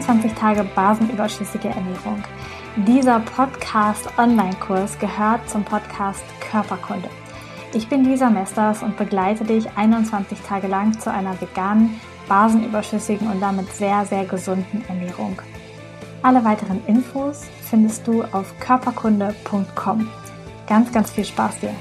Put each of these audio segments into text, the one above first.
21 Tage basenüberschüssige Ernährung. Dieser Podcast-Online-Kurs gehört zum Podcast Körperkunde. Ich bin Lisa Mesters und begleite dich 21 Tage lang zu einer veganen, basenüberschüssigen und damit sehr, sehr gesunden Ernährung. Alle weiteren Infos findest du auf körperkunde.com. Ganz, ganz viel Spaß dir!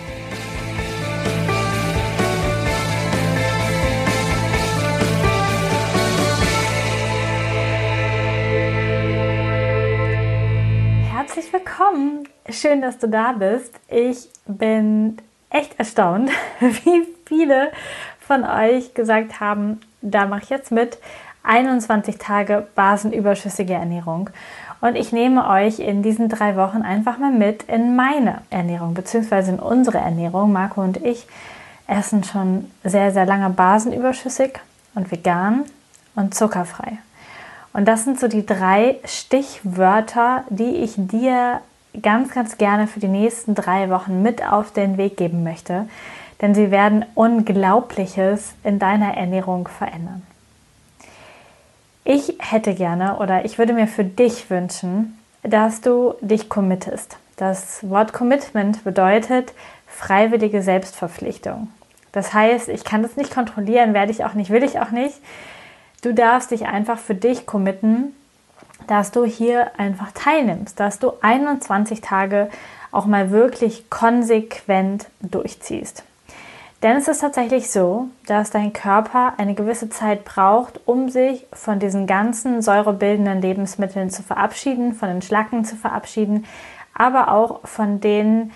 Herzlich willkommen! Schön, dass du da bist. Ich bin echt erstaunt, wie viele von euch gesagt haben, da mache ich jetzt mit. 21 Tage basenüberschüssige Ernährung. Und ich nehme euch in diesen 3 Wochen einfach mal mit in meine Ernährung, beziehungsweise in unsere Ernährung. Marco und ich essen schon sehr, sehr lange basenüberschüssig und vegan und zuckerfrei. Und das sind so die 3 Stichwörter, die ich dir ganz, ganz gerne für die nächsten 3 Wochen mit auf den Weg geben möchte. Denn sie werden Unglaubliches in deiner Ernährung verändern. Ich hätte gerne oder ich würde mir für dich wünschen, dass du dich committest. Das Wort Commitment bedeutet freiwillige Selbstverpflichtung. Das heißt, ich kann das nicht kontrollieren, werde ich auch nicht, will ich auch nicht. Du darfst dich einfach für dich committen, dass du hier einfach teilnimmst, dass du 21 Tage auch mal wirklich konsequent durchziehst. Denn es ist tatsächlich so, dass dein Körper eine gewisse Zeit braucht, um sich von diesen ganzen säurebildenden Lebensmitteln zu verabschieden, von den Schlacken zu verabschieden, aber auch von den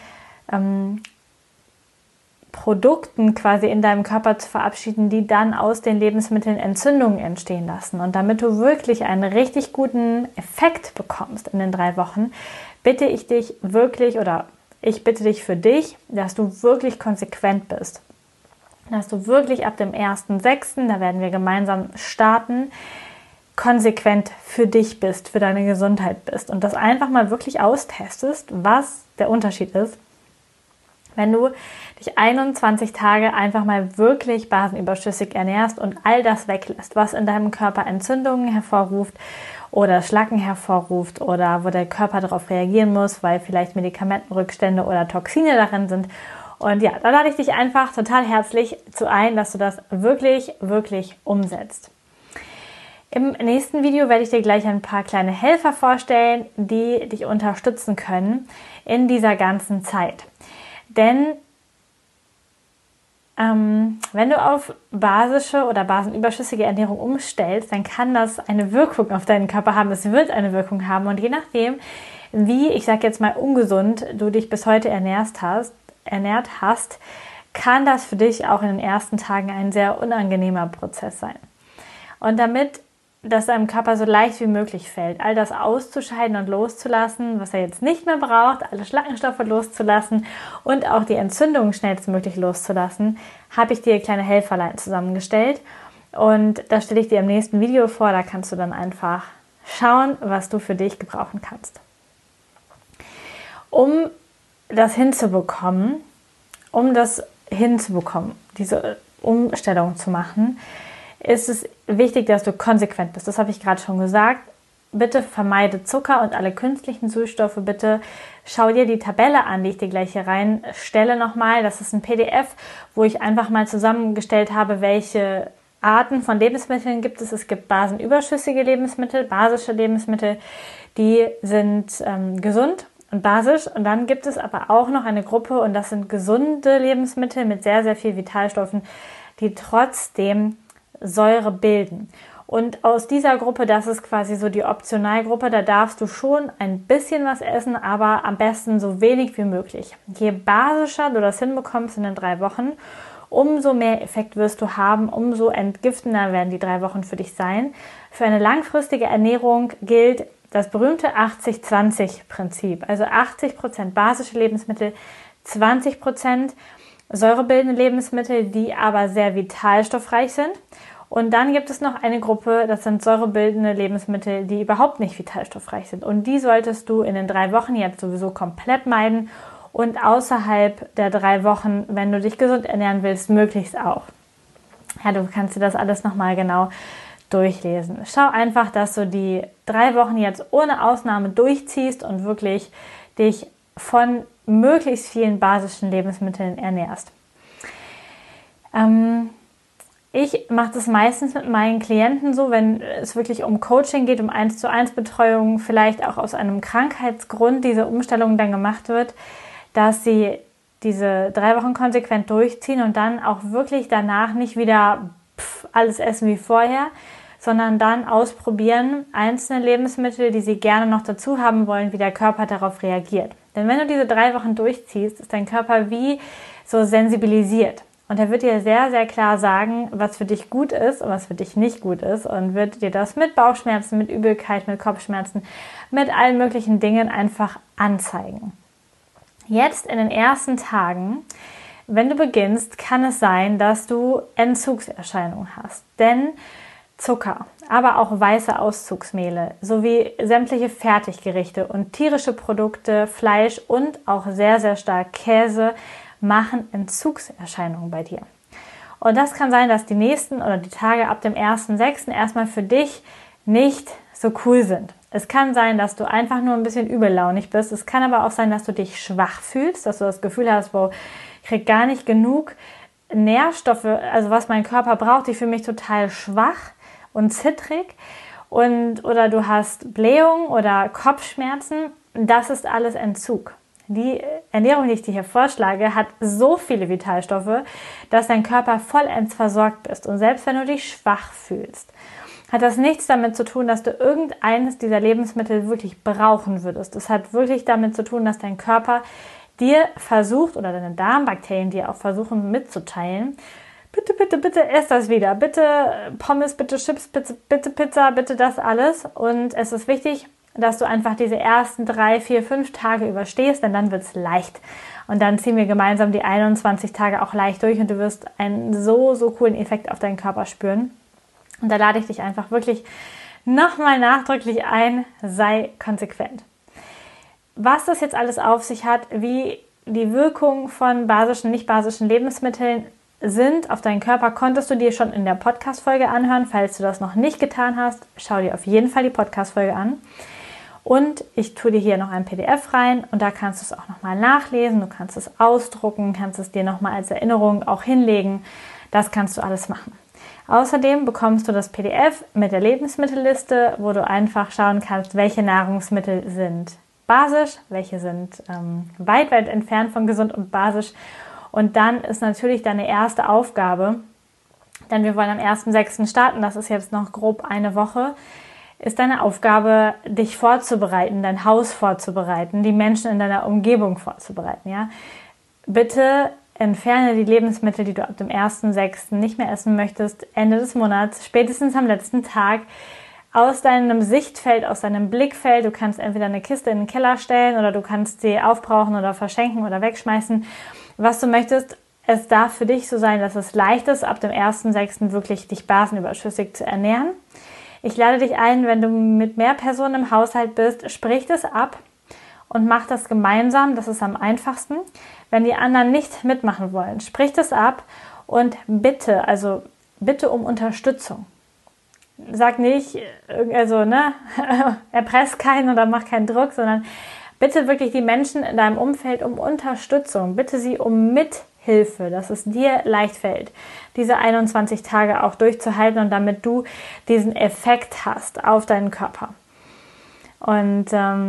Produkten quasi in deinem Körper zu verabschieden, die dann aus den Lebensmitteln Entzündungen entstehen lassen. Und damit du wirklich einen richtig guten Effekt bekommst in den 3 Wochen, bitte ich dich wirklich oder ich bitte dich für dich, dass du wirklich konsequent bist. Dass du wirklich ab dem 1.6., da werden wir gemeinsam starten, konsequent für dich bist, für deine Gesundheit bist und das einfach mal wirklich austestest, was der Unterschied ist, wenn du dich 21 Tage einfach mal wirklich basenüberschüssig ernährst und all das weglässt, was in deinem Körper Entzündungen hervorruft oder Schlacken hervorruft oder wo der Körper darauf reagieren muss, weil vielleicht Medikamentenrückstände oder Toxine darin sind. Und ja, da lade ich dich einfach total herzlich zu ein, dass du das wirklich, wirklich umsetzt. Im nächsten Video werde ich dir gleich ein paar kleine Helfer vorstellen, die dich unterstützen können in dieser ganzen Zeit. Denn wenn du auf basische oder basenüberschüssige Ernährung umstellst, dann kann das eine Wirkung auf deinen Körper haben. Es wird eine Wirkung haben und je nachdem, wie, ich sage jetzt mal ungesund, du dich bis heute ernährt hast, kann das für dich auch in den ersten Tagen ein sehr unangenehmer Prozess sein. Und damit das deinem Körper so leicht wie möglich fällt, all das auszuscheiden und loszulassen, was er jetzt nicht mehr braucht, alle Schlackenstoffe loszulassen und auch die Entzündungen schnellstmöglich loszulassen, habe ich dir kleine Helferlein zusammengestellt und das stelle ich dir im nächsten Video vor, da kannst du dann einfach schauen, was du für dich gebrauchen kannst. Um das hinzubekommen, diese Umstellung zu machen, ist es wichtig, dass du konsequent bist. Das habe ich gerade schon gesagt. Bitte vermeide Zucker und alle künstlichen Süßstoffe. Bitte schau dir die Tabelle an, die ich dir gleich hier reinstelle nochmal. Das ist ein PDF, wo ich einfach mal zusammengestellt habe, welche Arten von Lebensmitteln gibt es. Es gibt basenüberschüssige Lebensmittel, basische Lebensmittel, die sind gesund und basisch. Und dann gibt es aber auch noch eine Gruppe und das sind gesunde Lebensmittel mit sehr, sehr viel Vitalstoffen, die trotzdem Säure bilden. Und aus dieser Gruppe, das ist quasi so die Optionalgruppe, da darfst du schon ein bisschen was essen, aber am besten so wenig wie möglich. Je basischer du das hinbekommst in den 3 Wochen, umso mehr Effekt wirst du haben, umso entgiftender werden die 3 Wochen für dich sein. Für eine langfristige Ernährung gilt das berühmte 80-20-Prinzip. Also 80% basische Lebensmittel, 20% säurebildende Lebensmittel, die aber sehr vitalstoffreich sind. Und dann gibt es noch eine Gruppe, das sind säurebildende Lebensmittel, die überhaupt nicht vitalstoffreich sind. Und die solltest du in den 3 Wochen jetzt sowieso komplett meiden und außerhalb der 3 Wochen, wenn du dich gesund ernähren willst, möglichst auch. Ja, du kannst dir das alles nochmal genau durchlesen. Schau einfach, dass du die 3 Wochen jetzt ohne Ausnahme durchziehst und wirklich dich von möglichst vielen basischen Lebensmitteln ernährst. Ich mache das meistens mit meinen Klienten so, wenn es wirklich um Coaching geht, um 1:1 Betreuung, vielleicht auch aus einem Krankheitsgrund diese Umstellung dann gemacht wird, dass sie diese 3 Wochen konsequent durchziehen und dann auch wirklich danach nicht wieder alles essen wie vorher, sondern dann ausprobieren einzelne Lebensmittel, die sie gerne noch dazu haben wollen, wie der Körper darauf reagiert. Denn wenn du diese 3 Wochen durchziehst, ist dein Körper wie so sensibilisiert. Und er wird dir sehr, sehr klar sagen, was für dich gut ist und was für dich nicht gut ist und wird dir das mit Bauchschmerzen, mit Übelkeit, mit Kopfschmerzen, mit allen möglichen Dingen einfach anzeigen. Jetzt in den ersten Tagen, wenn du beginnst, kann es sein, dass du Entzugserscheinungen hast. Denn Zucker, aber auch weiße Auszugsmehle sowie sämtliche Fertiggerichte und tierische Produkte, Fleisch und auch sehr, sehr stark Käse machen Entzugserscheinungen bei dir. Und das kann sein, dass die nächsten oder die Tage ab dem 1.6. erstmal für dich nicht so cool sind. Es kann sein, dass du einfach nur ein bisschen übellaunig bist. Es kann aber auch sein, dass du dich schwach fühlst, dass du das Gefühl hast, wow, ich kriege gar nicht genug Nährstoffe, also was mein Körper braucht. Ich fühle mich total schwach und zittrig oder du hast Blähung oder Kopfschmerzen. Das ist alles Entzug. Die Ernährung, die ich dir hier vorschlage, hat so viele Vitalstoffe, dass dein Körper vollends versorgt ist. Und selbst wenn du dich schwach fühlst, hat das nichts damit zu tun, dass du irgendeines dieser Lebensmittel wirklich brauchen würdest. Es hat wirklich damit zu tun, dass dein Körper dir versucht oder deine Darmbakterien dir auch versuchen mitzuteilen, bitte, bitte, bitte ess das wieder. Bitte Pommes, bitte Chips, bitte Pizza, bitte das alles. Und es ist wichtig, dass du einfach diese ersten 3, 4, 5 Tage überstehst, denn dann wird es leicht. Und dann ziehen wir gemeinsam die 21 Tage auch leicht durch und du wirst einen so, so coolen Effekt auf deinen Körper spüren. Und da lade ich dich einfach wirklich nochmal nachdrücklich ein, sei konsequent. Was das jetzt alles auf sich hat, wie die Wirkung von basischen, nicht basischen Lebensmitteln sind auf deinen Körper, konntest du dir schon in der Podcast-Folge anhören. Falls du das noch nicht getan hast, schau dir auf jeden Fall die Podcast-Folge an. Und ich tue dir hier noch ein PDF rein und da kannst du es auch nochmal nachlesen, du kannst es ausdrucken, kannst es dir nochmal als Erinnerung auch hinlegen. Das kannst du alles machen. Außerdem bekommst du das PDF mit der Lebensmittelliste, wo du einfach schauen kannst, welche Nahrungsmittel sind basisch, welche sind weit, weit entfernt von gesund und basisch. Und dann ist natürlich deine erste Aufgabe, denn wir wollen am 1.6. starten, das ist jetzt noch grob eine Woche, ist deine Aufgabe, dich vorzubereiten, dein Haus vorzubereiten, die Menschen in deiner Umgebung vorzubereiten. Ja? Bitte entferne die Lebensmittel, die du ab dem 1.6. nicht mehr essen möchtest, Ende des Monats, spätestens am letzten Tag, aus deinem Sichtfeld, aus deinem Blickfeld. Du kannst entweder eine Kiste in den Keller stellen oder du kannst sie aufbrauchen oder verschenken oder wegschmeißen, was du möchtest. Es darf für dich so sein, dass es leicht ist, ab dem 1.6. wirklich dich basenüberschüssig zu ernähren. Ich lade dich ein, wenn du mit mehr Personen im Haushalt bist, sprich das ab und mach das gemeinsam. Das ist am einfachsten. Wenn die anderen nicht mitmachen wollen, sprich das ab und bitte um Unterstützung. Sag nicht, erpresst keinen oder mach keinen Druck, sondern bitte wirklich die Menschen in deinem Umfeld um Unterstützung. Bitte sie um Mithilfe, dass es dir leicht fällt, diese 21 Tage auch durchzuhalten und damit du diesen Effekt hast auf deinen Körper. Und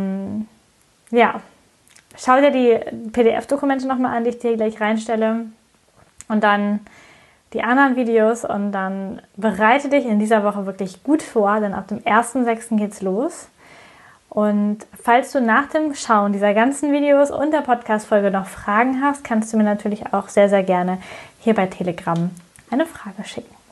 schau dir die PDF-Dokumente nochmal an, die ich dir gleich reinstelle und dann die anderen Videos und dann bereite dich in dieser Woche wirklich gut vor, denn ab dem 1.6. geht's los. Und falls du nach dem Schauen dieser ganzen Videos und der Podcast-Folge noch Fragen hast, kannst du mir natürlich auch sehr, sehr gerne hier bei Telegram eine Frage schicken.